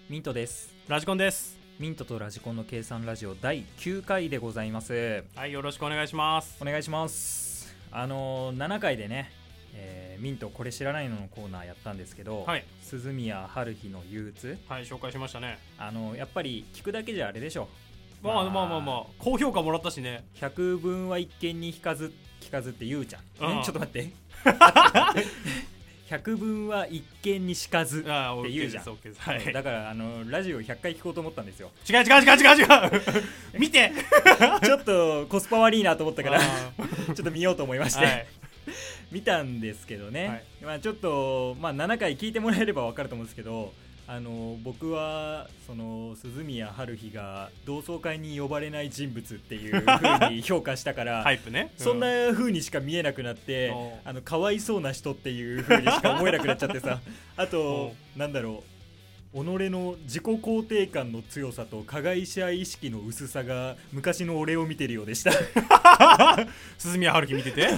ミントです。 ラジコンです。 ミントとラジコンの計算ラジオ第9回でございます。 はい、よろしくお願いします。 お願いします。7回でね、ミントこれ知らないののコーナーやったんですけど、 はい、 鈴宮春日の憂鬱、 はい、紹介しましたね。 やっぱり聞くだけじゃあれでしょ。 まあ高評価もらったしね。 百聞は一見に聞かずって言うじゃん、ちょっと待って百聞は一見にしかずって言うじゃん。 はい、 だからラジオ100回聞こうと思ったんですよ。 違う見てちょっとコスパ悪いなと思ったからちょっと見ようと思いまして、はい、見たんですけどね、はい、ちょっと、7回聞いてもらえれば分かると思うんですけど、僕はその鈴宮春日が同窓会に呼ばれない人物っていう風に評価したからタイプね、 そんな風にしか見えなくなって、かわいそうな人っていう風にしか思えなくなっちゃってさあとなんだろう、己の自己肯定感の強さと加害者意識の薄さが昔の俺を見てるようでした鈴宮春日見てて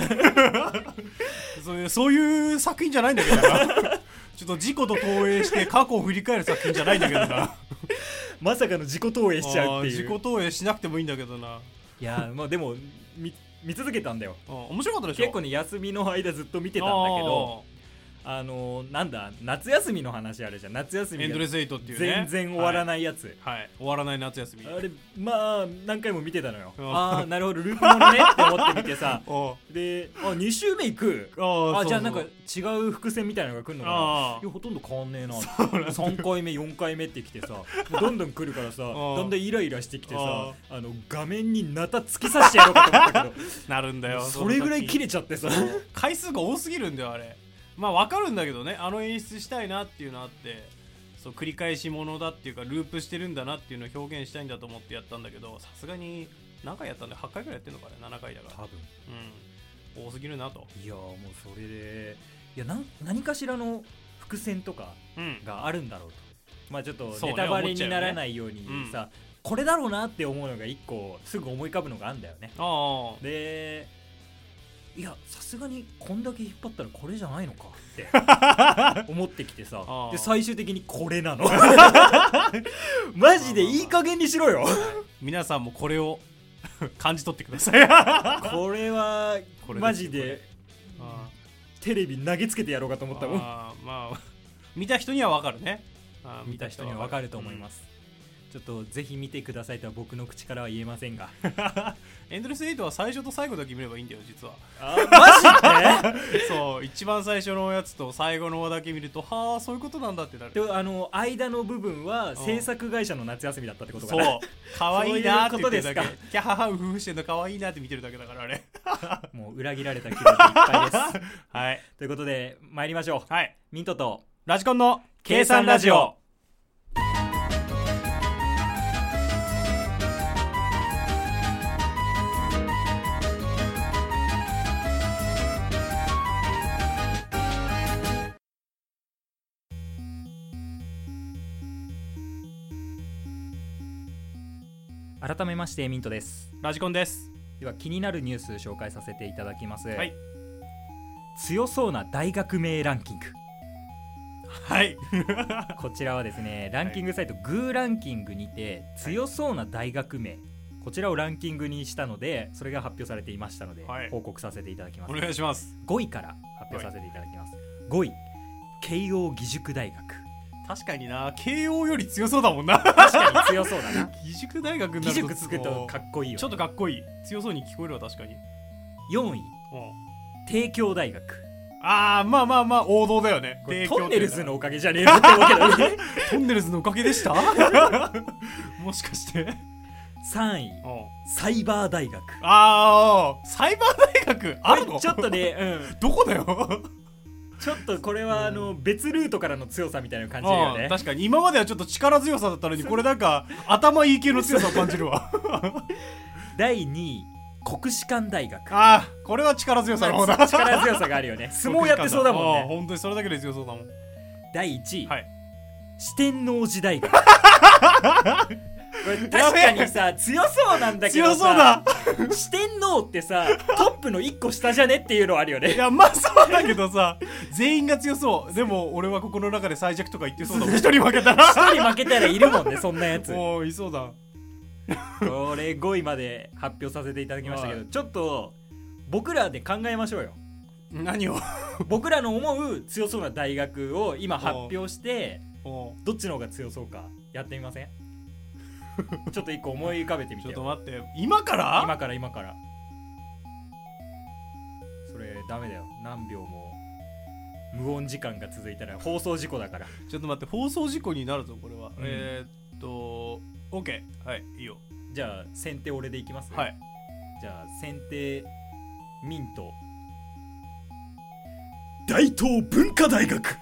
そういう作品じゃないんだけどなちょっと自己と投影して過去を振り返る作品じゃないんだけどなまさかの自己投影しちゃうっていう。 自己投影しなくてもいいんだけどな。 いやでも見続けたんだよ。 面白かったでしょ。 結構ね、休みの間ずっと見てたんだけど、なんだ、夏休みの話あるじゃん。夏休みエンドレスエイトっていうね、 全然終わらないやつ、 はい、終わらない夏休み。 あれ何回も見てたのよ。なるほど、ループものねって思って見てさで、2週目行く、じゃあなんか違う伏線みたいなのが来るのかな。いやほとんど変わんねえな3回目4回目ってきてさどんどん来るからさだんだんイライラしてきてさ画面にナタ突き刺してやろうかと思ったけどなるんだよ。 それぐらい切れちゃってさ回数が多すぎるんだよあれ。分かるんだけどね、演出したいなっていうのあって、そう繰り返しものだっていうかループしてるんだなっていうのを表現したいんだと思ってやったんだけど、さすがに何回やったんだよ、8回ぐらいやってんのかね、7回だから多分、多すぎるなと。 いやもうそれで何かしらの伏線とかがあるんだろうと、ちょっとネタバレにならないようにさ、これだろうなって思うのが1個すぐ思い浮かぶのがあるんだよね。でいやさすがにこんだけ引っ張ったらこれじゃないのかって思ってきてさで最終的にこれなのマジでいい加減にしろよ皆さんもこれを感じ取ってくださいこれはマジでテレビ投げつけてやろうかと思ったもん。 見た人には分かるね。 見た人には分かると思います、ちょっとぜひ見てくださいとは僕の口からは言えませんがエンドレスエイトは最初と最後だけ見ればいいんだよ実は。 マジでそう一番最初のやつと最後のだけ見るとはあそういうことなんだってなる。 で間の部分は制作会社の夏休みだったってことかな。 そうかわいいなって言ってるだけ。キャハハウフフしてんのかわいいなって見てるだけだからあれもう裏切られた気持ちいっぱいですはい、 ということで参りましょう。はい、ミントとラジコンの計算ラジオ。 改めましてミントです。 ラジコンです。 では気になるニュース紹介させていただきます。 はい、 強そうな大学名ランキング。 はいこちらはですね、ランキングサイト、グーランキングにて強そうな大学名、こちらをランキングにしたので、それが発表されていましたので、報告させていただきます。 お願いします。 5位から発表させていただきます。5位、慶応義塾大学。 確かにな、慶応より強そうだもんな。 確かに強そうだな義塾大学になると義塾つくとかっこいいよ、ね、 ちょっとかっこいい、強そうに聞こえるわ。確かに。 4位、帝京大学。 王道だよね。 トンネルズのおかげじゃねえなって思うけどねトンネルズのおかげでしたもしかして 3位、サイバー大学。 サイバー大学あるの？ ちょっとね、 どこだよちょっとこれは別ルートからの強さみたいな感じだよね。 確かに今まではちょっと力強さだったのにこれなんか頭いい系の強さを感じるわ第2位、国士舘大学。 これは力強さの方だ。 力強さがあるよね。相撲やってそうだもんね。 本当にそれだけで強そうだもん。 第1位、四天王寺大学れ確かにさ強そうなんだけどさ、 強そうだ四天王ってさトップの1個下じゃねっていうのはあるよね。 いやまあそうだけどさ全員が強そう。でも俺はここの中で最弱とか言ってそうだもん。一人負けたら 1人負けたらいるもんねそんなやつ。 もういそうだ。 これ5位まで発表させていただきましたけど、 はい、 ちょっと僕らで考えましょうよ。 何を僕らの思う強そうな大学を今発表してどっちの方が強そうかやってみません？ちょっと一個思い浮かべてみてよ。 ちょっと待って、今から？ 今からそれダメだよ。何秒も無音時間が続いたら放送事故だから。 ちょっと待って、放送事故になるぞこれは。OK、はいいいよ。 じゃあ先手俺でいきます。 はい。 じゃあ先手ミント大東文化大学こ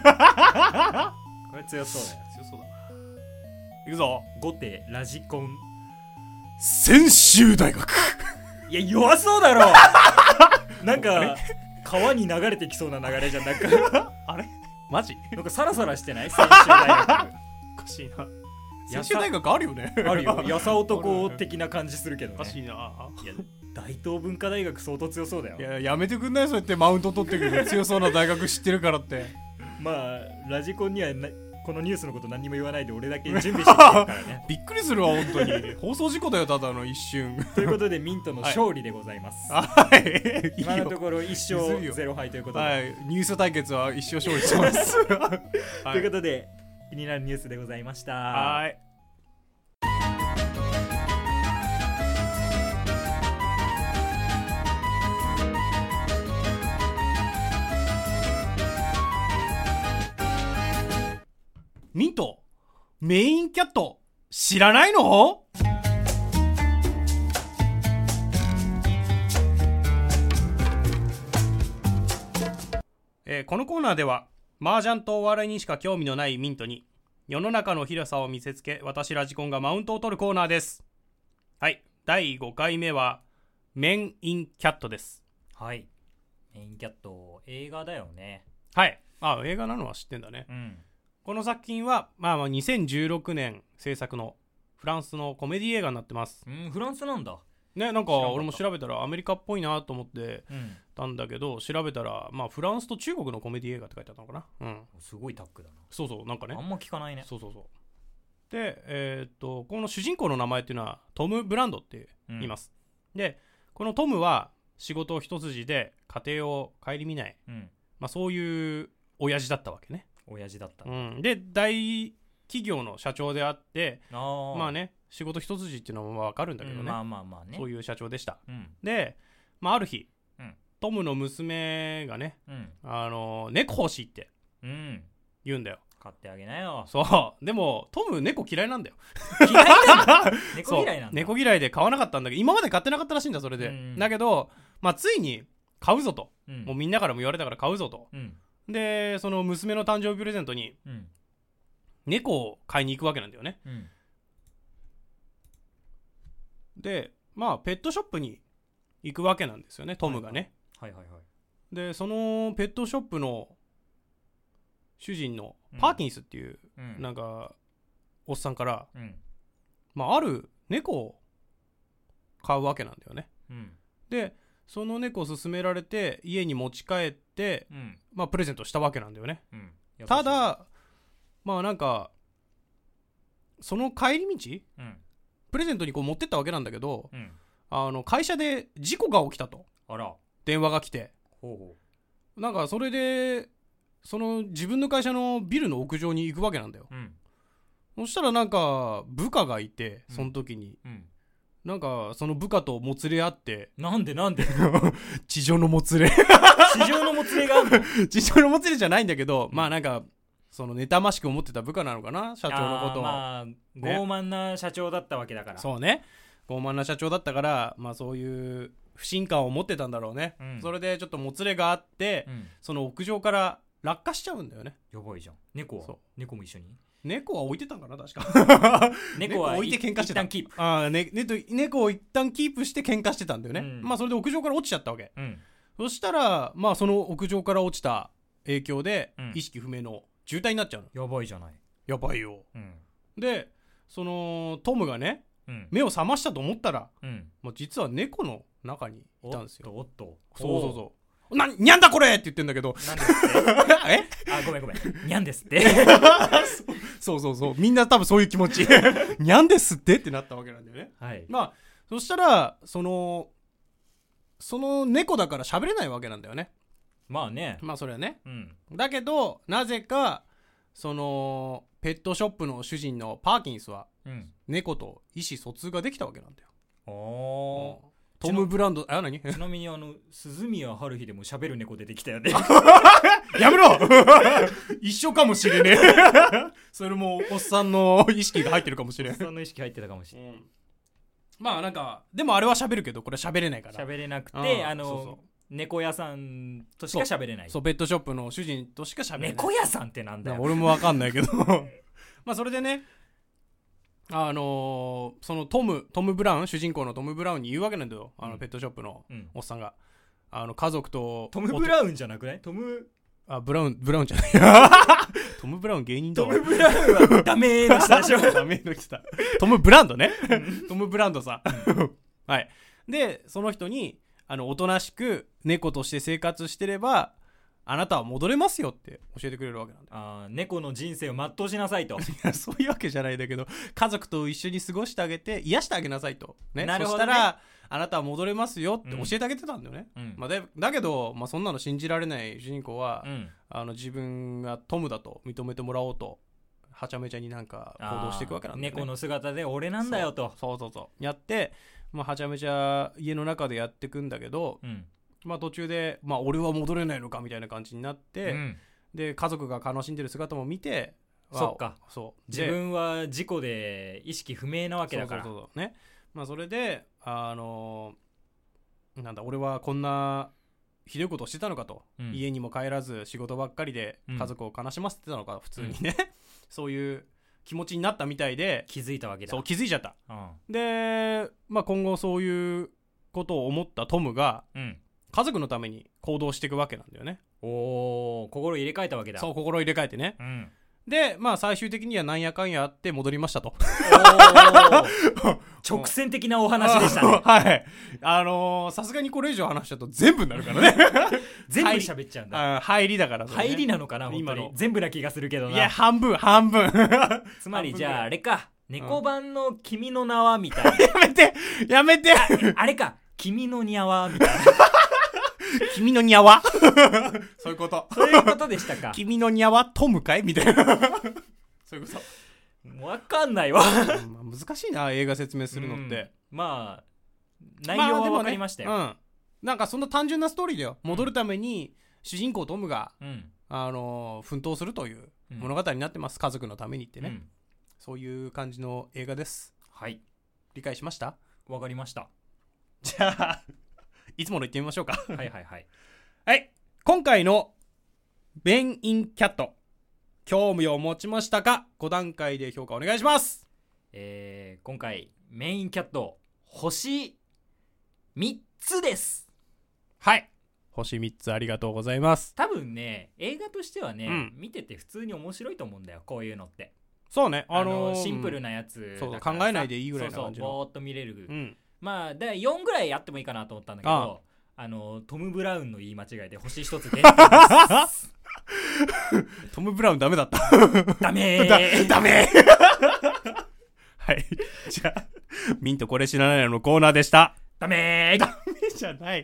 れ強そうだよ。 強そうだ。いくぞ。 後手ラジコン専修大学いや弱そうだろなんか川に流れてきそうな流れじゃん。なんかあれマジなんかサラサラしてない？専修大学おかしいな。専修大学あるよね。 あるよ。やさ男的な感じするけどね。 おかしいな。いや大東文化大学相当強そうだよ。 いややめてくんない？そうやってマウント取ってくる強そうな大学知ってるからってまあラジコンにはこのニュースのこと何にも言わないで俺だけ準備してきてるからねびっくりするわ本当に放送事故だよただの一瞬ということでミントの勝利でございます。 はい今のところ1勝0敗ということで、 はい、ニュース対決は一勝勝利してます、はい、 ということで気になるニュースでございました。 はい。ミントメインキャット知らないの？このコーナーでは麻雀とお笑いにしか興味のないミントに世の中の広さを見せつけ私ラジコンがマウントを取るコーナーです。はい、第5回目はメインキャットです。 はい、メインキャット映画だよね。 はい、映画なのは知ってんだね、この作品は、2016年制作のフランスのコメディ映画になってます。 フランスなんだね。なんか俺も調べたらアメリカっぽいなと思ってたんだけど、調べたらフランスと中国のコメディ映画って書いてあったのかな。 すごいタッグだな。 そうなんかねあんま聞かないね。 そうで、この主人公の名前っていうのはトム・ブランドって言います、でこのトムは仕事一筋で家庭を顧みない、そういう親父だったわけね。 親父だった、 で大企業の社長であって、仕事一筋っていうのも分かるんだけどね、 ね、 そういう社長でした、で、ある日、トムの娘がね、猫欲しいって言うんだよ。 買ってあげなよ。 そうでもトム猫嫌いなんだよ。 嫌いなんだ猫嫌いなんだ。 猫嫌いで買わなかったんだけど、今まで買ってなかったらしいんだそれで、だけど、ついに買うぞと、もうみんなからも言われたから買うぞと、でその娘の誕生日プレゼントに、猫を買いに行くわけなんだよね、でペットショップに行くわけなんですよね、トムがね。でそのペットショップの主人のパーキンスっていう、なんかおっさんから、ある猫を買うわけなんだよね、でその猫を勧められて家に持ち帰って、プレゼントしたわけなんだよね、ただなんかその帰り道、プレゼントにこう持ってったわけなんだけど、会社で事故が起きたと電話が来て、なんかそれでその自分の会社のビルの屋上に行くわけなんだよ、そしたらなんか部下がいて、その時に、なんかその部下ともつれ合って、 なんで地上のもつれ地上のもつれがあるの？ 地上のもつれじゃないんだけど、なんかその妬ましく思ってた部下なのかな、社長のことを。 傲慢な社長だったわけだから。 そうね、傲慢な社長だったから、そういう不信感を持ってたんだろうね、それでちょっともつれがあって、その屋上から落下しちゃうんだよね。 やばいじゃん。猫は？猫も一緒に？ 猫は置いてたんかな、確か猫は置いて喧嘩してた。 一旦キープ。 猫を一旦キープして喧嘩してたんだよね、それで屋上から落ちちゃったわけ、そしたらその屋上から落ちた影響で、意識不明の重体になっちゃうの。 やばいじゃない。 やばいよ、でそのトムがね、 うん、 目を覚ましたと思ったら、 うん、 もう実は猫の中にいたんですよ。 おっとそうそうそう、にゃんだこれって言ってんだけど、 なんですってえあ、ごめんにゃんですってそうそうそう、みんな多分そういう気持ちにゃんですってってなったわけなんだよね。 はい。 まあそしたらその猫だから喋れないわけなんだよね。 まあね、 まあそれはね、 うん、 だけどなぜかそのペットショップの主人のパーキンスは、 うん、 猫と意思疎通ができたわけなんだよ。 おー、 トム・ブランド、何ちなみに鈴宮春日でも喋る猫出てきたよねやめろ一緒かもしれねえそれもおっさんの意識が入ってるかもしれん。 おっさんの意識入ってたかもしれん、うん、 まあなんかでもあれは喋るけどこれ喋れないから、 喋れなくて、 そう猫屋さんとしか喋れない。 そうペットショップの主人としか喋れない。 猫屋さんってなんだよ。 俺も分かんないけどまあそれでね、そのトム・ブラウン、主人公のトム・ブラウンに言うわけなんだよ、ペットショップのおっさんが、家族と。 トム・ブラウンじゃなくない？ ブラウンじゃないトム・ブラウン芸人だわ。 トム・ブラウンはダメの人でしょダメの人だ。トム・ブランドねトム・ブランドさはい。でその人におとなしく猫として生活してればあなたは戻れますよって教えてくれるわけなんだよ。 猫の人生を全うしなさいと。 いやそういうわけじゃないんだけど、家族と一緒に過ごしてあげて癒してあげなさいと、ね、 なるほどね。 そしたらあなたは戻れますよって教えてあげてたんだよね、 うんまあ、だけど、そんなの信じられない主人公は、 うん、 自分がトムだと認めてもらおうとはちゃめちゃになんか行動していくわけなんだよね。 猫の姿で俺なんだよと。 そうやって、はちゃめちゃ家の中でやっていくんだけど、 うん途中で、俺は戻れないのかみたいな感じになって、 うん、 で家族が悲しんでる姿も見て、 そっか、 そう自分は事故で意識不明なわけだから。 そうね。それでなんだ俺はこんなひどいことをしてたのかと、 うん、家にも帰らず仕事ばっかりで家族を悲しませてたのか、普通にね、そういう気持ちになったみたいで気づいたわけだ。 そう気づいちゃった、 うん、 で、今後そういうことを思ったトムが、家族のために行動していくわけなんだよね。 心入れ替えたわけだ。 そう心入れ替えてね、で最終的にはなんやかんやあって戻りましたと直線的なお話でしたねはいさすがにこれ以上話しちゃうと全部になるからね全部喋っちゃうんだ。 入りだから、ね、 入りなのかな本当に全部な気がするけどな。 いや半分つまりじゃああれか、猫版の君の名はみたいなやめてあれか君のにゃわみたいな君のにゃわそういうことでしたか。 君のにゃわトムかいみたいなそういうこと分かんないわ難しいな映画説明するのって、 内容は分かりましたよ、 なんかそんな単純なストーリーだよ。戻るために主人公トムが、奮闘するという物語になってます、家族のためにってね、そういう感じの映画です。 はい、 理解しました？ 分かりました。 じゃあいつもの言ってみましょうかはい今回のメインキャット興味を持ちましたか？ 5 段階で評価お願いします。 今回メインキャット星3つです。 はい、星3つありがとうございます。 多分ね映画としてはね、見てて普通に面白いと思うんだよこういうのって。 そうね、 シンプルなやつだから考えないでいいぐらいな感じのぼーっと見れる、だ4ぐらいやってもいいかなと思ったんだけど、トム・ブラウンの言い間違いで星1つ減点ですトム・ブラウンダメだったダメーダメはいじゃあミントこれ知らないのコーナーでした。 ダメじゃない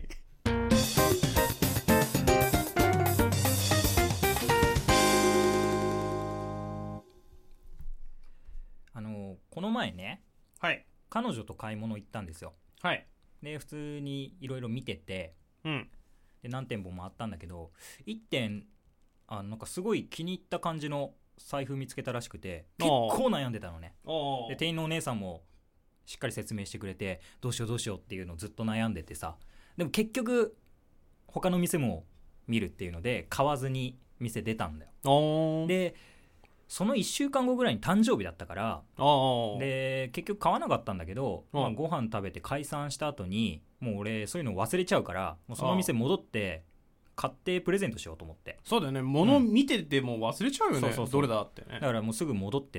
この前ね、 はい、 彼女と買い物行ったんですよ。 はい。 で普通にいろいろ見てて、で何点もあったんだけど1点なんかすごい気に入った感じの財布見つけたらしくて結構悩んでたのね。で店員のお姉さんもしっかり説明してくれてどうしようっていうのをずっと悩んでてさ、でも結局他の店も見るっていうので買わずに店出たんだよ。でその1週間後ぐらいに誕生日だったからで結局買わなかったんだけど、ご飯食べて解散した後にもう俺そういうの忘れちゃうからもうその店戻って買ってプレゼントしようと思って。 そうだよね、物見てても忘れちゃうよね、どれだってね。 だからもうすぐ戻ってさ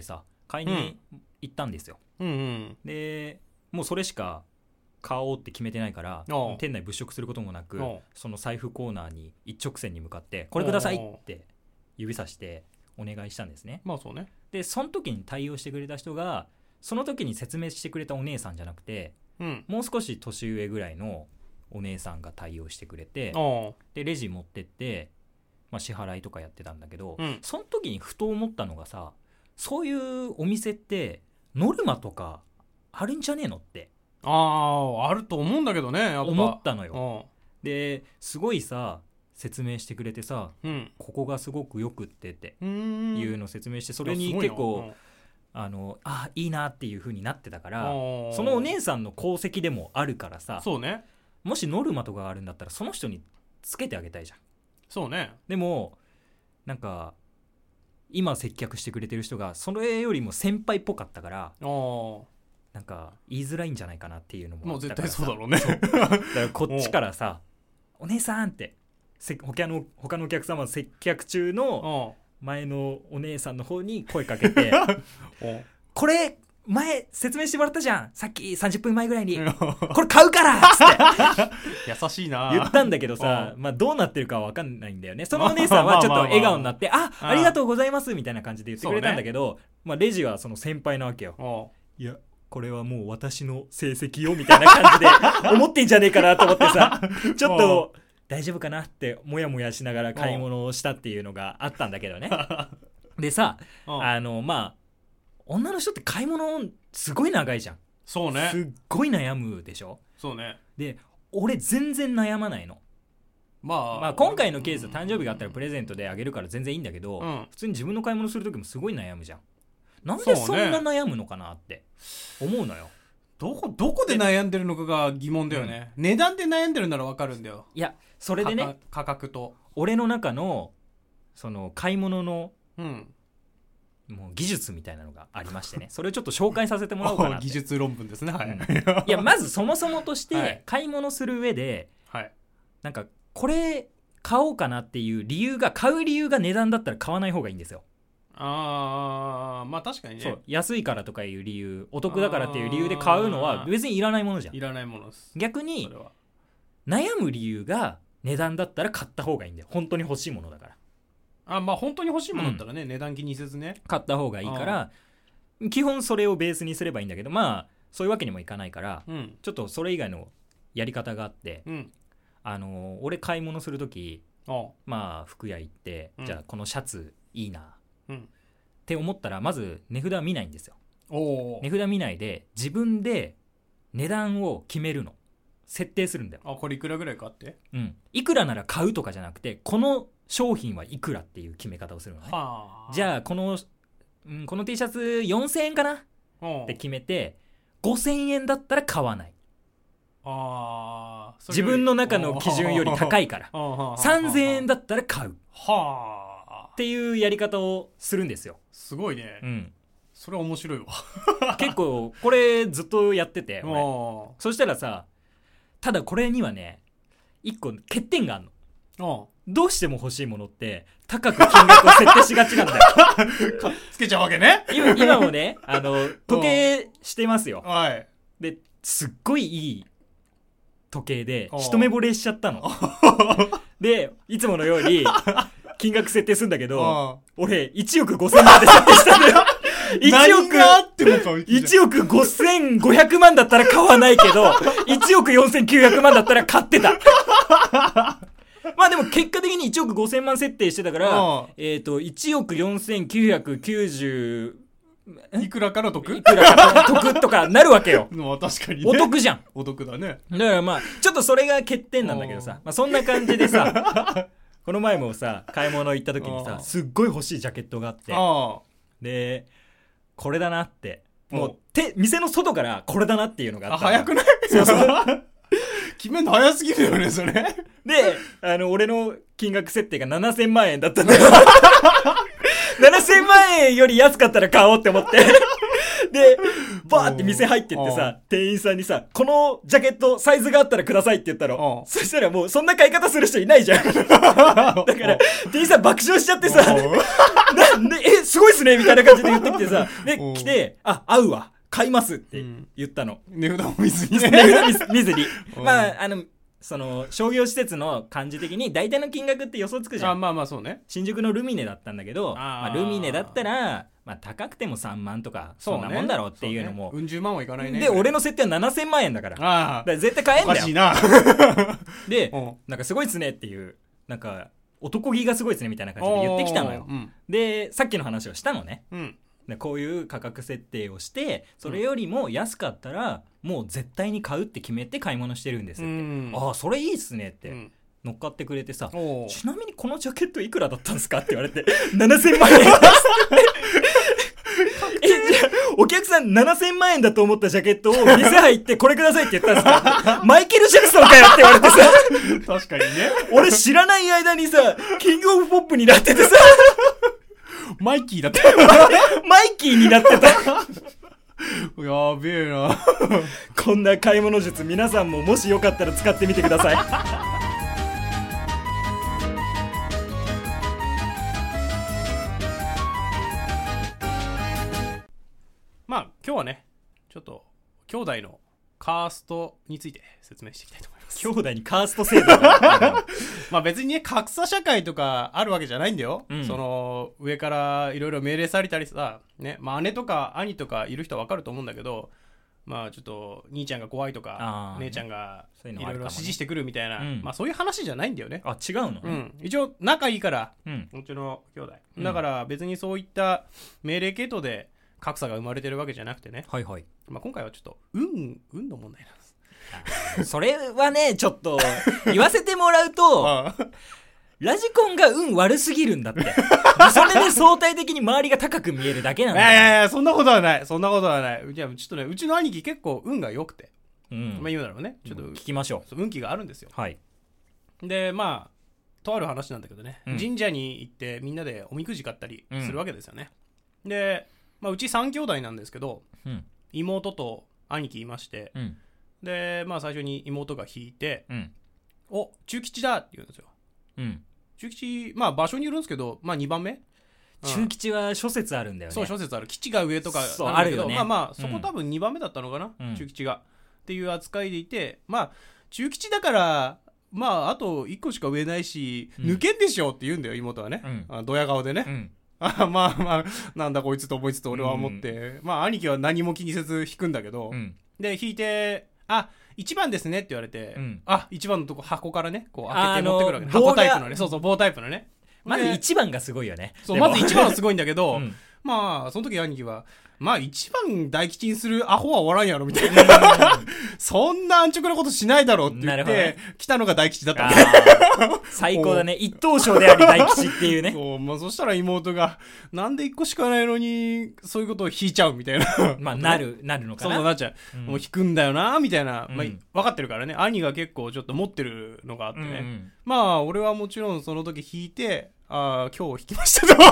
買いに行ったんですよ、 うんうん、 でもうそれしか買おうって決めてないから店内物色することもなくその財布コーナーに一直線に向かってこれくださいって指さしてお願いしたんですね。 まあそうね。 でその時に対応してくれた人がその時に説明してくれたお姉さんじゃなくて、 うん、 もう少し年上ぐらいのお姉さんが対応してくれてでレジ持ってって、まあ、支払いとかやってたんだけど、 うん、 その時にふと思ったのがさ、そういうお店ってノルマとかあるんじゃねえのってあると思うんだけどね、やっぱ思ったのよ。ですごいさ説明してくれてさ、 うん、 ここがすごくよくっていうのを説明して、それに結構いいなっていう風になってたから、そのお姉さんの功績でもあるからさ、 そうね、 もしノルマとかがあるんだったらその人につけてあげたいじゃん。 そうね。 でもなんか今接客してくれてる人がそれよりも先輩っぽかったからなんか言いづらいんじゃないかなっていうのもあったからさ。 もう絶対そうだろうね。 だからこっちからさお姉さんって他のお客様接客中の前のお姉さんの方に声かけてこれ前説明してもらったじゃん、さっき30分前ぐらいにこれ買うからっつって優しいな言ったんだけどさ、まあ、どうなってるかは分かんないんだよね。そのお姉さんはちょっと笑顔になってありがとうございますみたいな感じで言ってくれたんだけど、まあ、レジはその先輩なわけよ。いやこれはもう私の成績よみたいな感じで思ってんじゃねえかなと思ってさちょっと大丈夫かなってモヤモヤしながら買い物をしたっていうのがあったんだけどねでさまあ女の人って買い物すごい長いじゃん。 そうね、 すっごい悩むでしょ。 そうね。 で俺全然悩まないの。まあ今回のケース誕生日があったらプレゼントであげるから全然いいんだけど、普通に自分の買い物する時もすごい悩むじゃん。なんでそんな悩むのかなって思うのよ。 どこで悩んでるのかが疑問だよね、値段で悩んでるなら分かるんだよ。 いやそれでね価格と俺の中のその買い物の、もう技術みたいなのがありましてねそれをちょっと紹介させてもらおうかなって技術論文ですね、はい、 いやまずそもそもとして買い物する上で、 はい、 なんかこれ買おうかなっていう理由が買う理由が値段だったら買わない方がいいんですよ。 まあ確かにね。 そう安いからとかいう理由、お得だからっていう理由で買うのは別にいらないものじゃん。 いらないものです。 逆に悩む理由が値段だったら買った方がいいんだよ。本当に欲しいものだから。 まあ本当に欲しいものだったらね、値段気にせずね買った方がいいから、基本それをベースにすればいいんだけど、まあそういうわけにもいかないから、ちょっとそれ以外のやり方があって、俺買い物するときまあ服屋行って、じゃあこのシャツいいな、って思ったらまず値札見ないんですよ。値札見ないで自分で値段を決めるの、設定するんだよ。 これいくらぐらいかって、 いくらなら買うとかじゃなくてこの商品はいくらっていう決め方をするのね。じゃあこの T シャツ4000円かなって決めて5000円だったら買わない。自分の中の基準より高いから3000円だったら買うっていうやり方をするんですよ。 すごいね、それは面白いわ結構これずっとやっててそしたらさ、ただこれにはね一個欠点があるの。どうしても欲しいものって高く金額を設定しがちなんだよつけちゃうわけね。 今もね時計してますよ、ですっごいいい時計で一目惚れしちゃったのでいつものように金額設定するんだけど俺1億5000万で設定したんだよ1億5500万だったら買わないけど1億4900万だったら買ってたまあでも結果的に1億5000万設定してたから1億4990 いくらから得とかなるわけよ確かにね、 お得じゃん。 お得だね。 だからまあちょっとそれが欠点なんだけどさ、そんな感じでさこの前もさ買い物行った時にさすっごい欲しいジャケットがあってでこれだなってもう店の外からこれだなっていうのがあった。 早くない？そう決めるの早すぎるよねそれで俺の金額設定が7000万円だったんだよ7000万円より安かったら買おうって思ってでバーって店入ってってさ、店員さんにさ、このジャケットサイズがあったらくださいって言ったの。そしたらもうそんな買い方する人いないじゃん。だから店員さん爆笑しちゃってさ、すごいっすねみたいな感じで言ってきてさ、で来て、合うわ買いますって言ったの。 値札も見ずにね。 値札見ずに。まあその商業施設の感じ的に大体の金額って予想つくじゃん。 まあそうね。 新宿のルミネだったんだけど、ルミネだったら、高くても3万とかそんなもんだろうっていうのも、 うん十万はいかないね。 で俺の設定は7000万円だから、だから絶対買えんだよ。 おかしいな。 でなんかすごいっすねっていう、なんか男気がすごいっすねみたいな感じで言ってきたのよ。でさっきの話をしたのね。でこういう価格設定をして、それよりも安かったらもう絶対に買うって決めて買い物してるんですって。それいいっすねって、乗っかってくれてさ、ちなみにこのジャケットいくらだったんですかって言われて7000万円ですじゃあお客さん7000万円だと思ったジャケットを店入ってこれくださいって言ったんですかマイケル・ジャクソンかよって言われてさ確かにね。 俺知らない間にさキングオブポップになっててさマイキーだったマイキーになってたやべえな。 こんな買い物術皆さんももしよかったら使ってみてください。 まあ今日はねちょっと兄弟のカーストについて説明していきたいと思います。 兄弟にカースト制度がまあ別にね格差社会とかあるわけじゃないんだよ、その上からいろいろ命令されたりさね、姉とか兄とかいる人は分かると思うんだけど、まあちょっと兄ちゃんが怖いとか姉ちゃんがいろいろ指示してくるみたいな、まあそういう話じゃないんだよね。 違うの、 一応仲いいから、うちの兄弟だから別にそういった命令系統で格差が生まれてるわけじゃなくてね、まあ、今回はちょっと運の問題なんです。 それはねちょっと言わせてもらうとラジコンが運悪すぎるんだってそれで相対的に周りが高く見えるだけなんだよ。 いやいやそんなことはないそんなことはない。じゃあちょっとねうちの兄貴結構運が良くて、まあ言うならねちょっと聞きましょう。運気があるんですよ。でまあとある話なんだけどね、神社に行ってみんなでおみくじ買ったりするわけですよね。でまあ、うち3兄弟なんですけど、妹と兄貴いまして、で、まあ、最初に妹が引いて、お中吉だって言うんですよ。中吉、まあ場所によるんですけど、まあ2番目中吉は諸説あるんだよね。 そう諸説ある。吉が上とかあるよね。 まあそこ多分2番目だったのかな、中吉がっていう扱いでいて、まあ中吉だからまああと1個しか上ないし、抜けんでしょって言うんだよ妹はね、ドヤ顔でね、まあまあなんだこいつと思いつつ俺は思って、まあ兄貴は何も気にせず引くんだけど、で引いて1番ですねって言われて、1番のとこ箱からねこう開けて持ってくるわけね。箱タイプのね、そう棒タイプのね。 まず1番がすごいよね。 そうまず1番はすごいんだけど、まあその時兄貴はまあ一番大吉にするアホはおらんやろみたいなそんな安直なことしないだろうって言って、来たのが大吉だったんだ最高だね。一等賞であり大吉っていうね。 そう、まあ、そしたら妹がなんで1個しかないのにそういうことを引いちゃうみたいなまあなるのかな。 そうなっちゃう、もう引くんだよなみたいな、まあ、分かってるからね。兄が結構ちょっと持ってるのがあってね、まあ俺はもちろんその時引いて今日引きましたと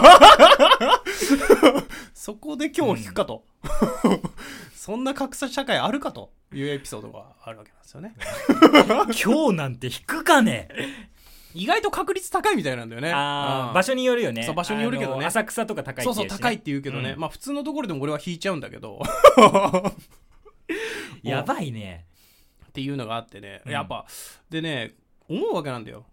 そこで今日引くかと、そんな格差社会あるかというエピソードがあるわけなんですよね今日なんて引くかね。 意外と確率高いみたいなんだよね。 場所によるよね。 そう場所によるけどね。 浅草とか高いっていうしね。 そう高いって言うけどね、まあ普通のところでも俺は引いちゃうんだけどやばいねっていうのがあってね、やっぱでね思うわけなんだよ。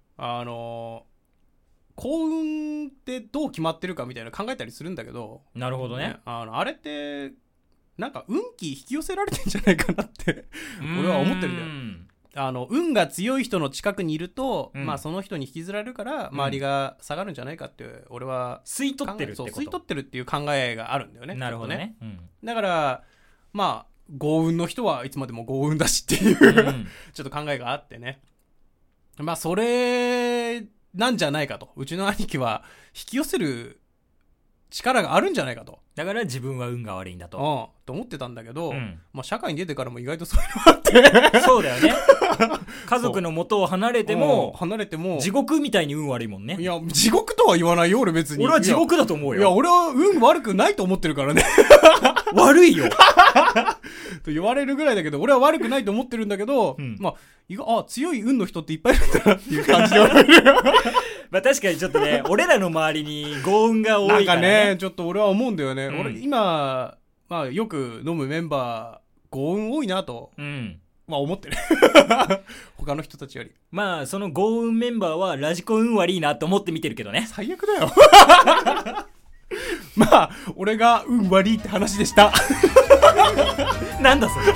幸運ってどう決まってるかみたいな考えたりするんだけど、 なるほどね。 あれってなんか運気引き寄せられてんじゃないかなって俺は思ってるんだよ。運が強い人の近くにいると、まあその人に引きずられるから周りが下がるんじゃないかって俺は吸い取ってるってこと。 そう吸い取ってるっていう考えがあるんだよね。 なるほどね。 だからまあ幸運の人はいつまでも幸運だしっていうちょっと考えがあってね、まあそれなんじゃないかと。うちの兄貴は引き寄せる力があるんじゃないかと。 だから自分は運が悪いんだと。 と思ってたんだけど、まあ社会に出てからも意外とそういうのがあってそうだよね。 家族の元を離れても地獄みたいに運悪いもんね。 いや地獄とは言わないよ俺別に。 俺は地獄だと思うよ。 いや俺は運悪くないと思ってるからね悪いよと言われるぐらいだけど俺は悪くないと思ってるんだけど、まあ強い運の人っていっぱいいるんだなっていう感じで思えるまあ確かにちょっとね俺らの周りに豪運が多いからね。 なんかねちょっと俺は思うんだよね、俺今、まあ、よく飲むメンバー豪運多いなと、まあ思ってる他の人たちより。 まあその豪運メンバーはラジコ運悪いなと思って見てるけどね。 最悪だよまあ俺が運悪いって話でしたなんだそれ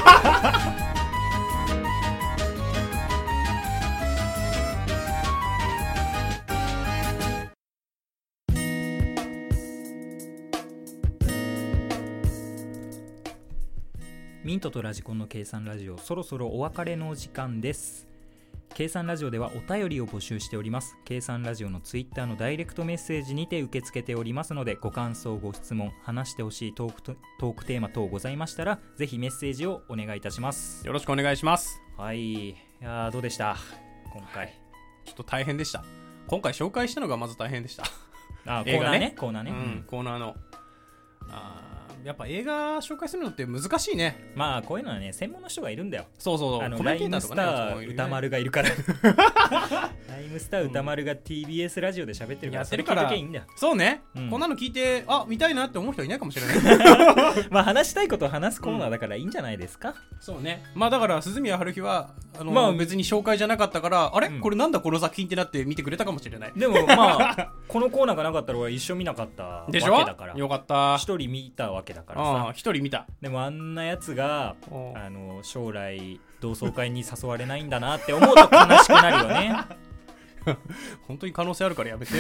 ミントとラジコンの計算ラジオ、そろそろお別れのお時間です。計算ラジオではお便りを募集しております。計算ラジオのツイッターのダイレクトメッセージにて受け付けておりますので、ご感想ご質問話してほしいトークテーマ等ございましたらぜひメッセージをお願いいたします。 よろしくお願いします。 はい、いやどうでした今回。 ちょっと大変でした。今回紹介したのがまず大変でした。 コーナーね、コーナーね、 コーナーのやっぱ映画紹介するのって難しいね。 まあこういうのはね専門の人がいるんだよ。 そうライムスター歌丸がいるからライムスター歌丸が TBS ラジオで喋ってるからそれ聞いときゃいいんだよ。 そうね、こんなの聞いて見たいなって思う人いないかもしれないまあ話したいことを話すコーナーだからいいんじゃないですか。 そうね。まあだから鈴宮春日はまあ別に紹介じゃなかったからあれ、これなんだこの作品ってなって見てくれたかもしれない。 でもまあこのコーナーがなかったら俺一生見なかったわけだから。 よかった。 一人見たわけだからさ。 一人見た。 でもあんなやつが将来同窓会に誘われないんだなって思うと悲しくなるよね本当に可能性あるからやめて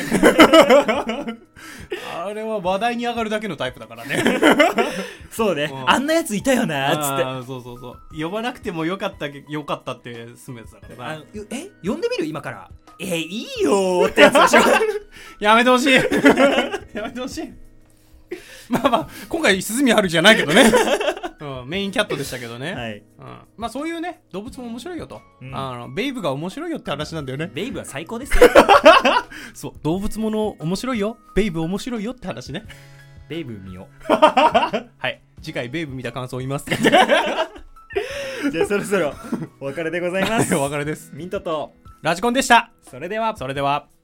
あれは話題に上がるだけのタイプだからねそうね、あんなやついたよなっつって。 そう呼ばなくてもよかったって済むやつだからな。 呼んでみる今から。いいよってやつでしょやめてほしいやめてほしいまあ今回鈴宮春じゃないけどねメインキャットでしたけどね、 はい、 まあそういうね動物も面白いよと、ベイブが面白いよって話なんだよね。 ベイブは最高ですよそう動物もの面白いよ、ベイブ面白いよって話ね。 ベイブ見ようはい次回ベイブ見た感想を言いますじゃあそろそろお別れでございますお別れです。 ミントとラジコンでした。 それでは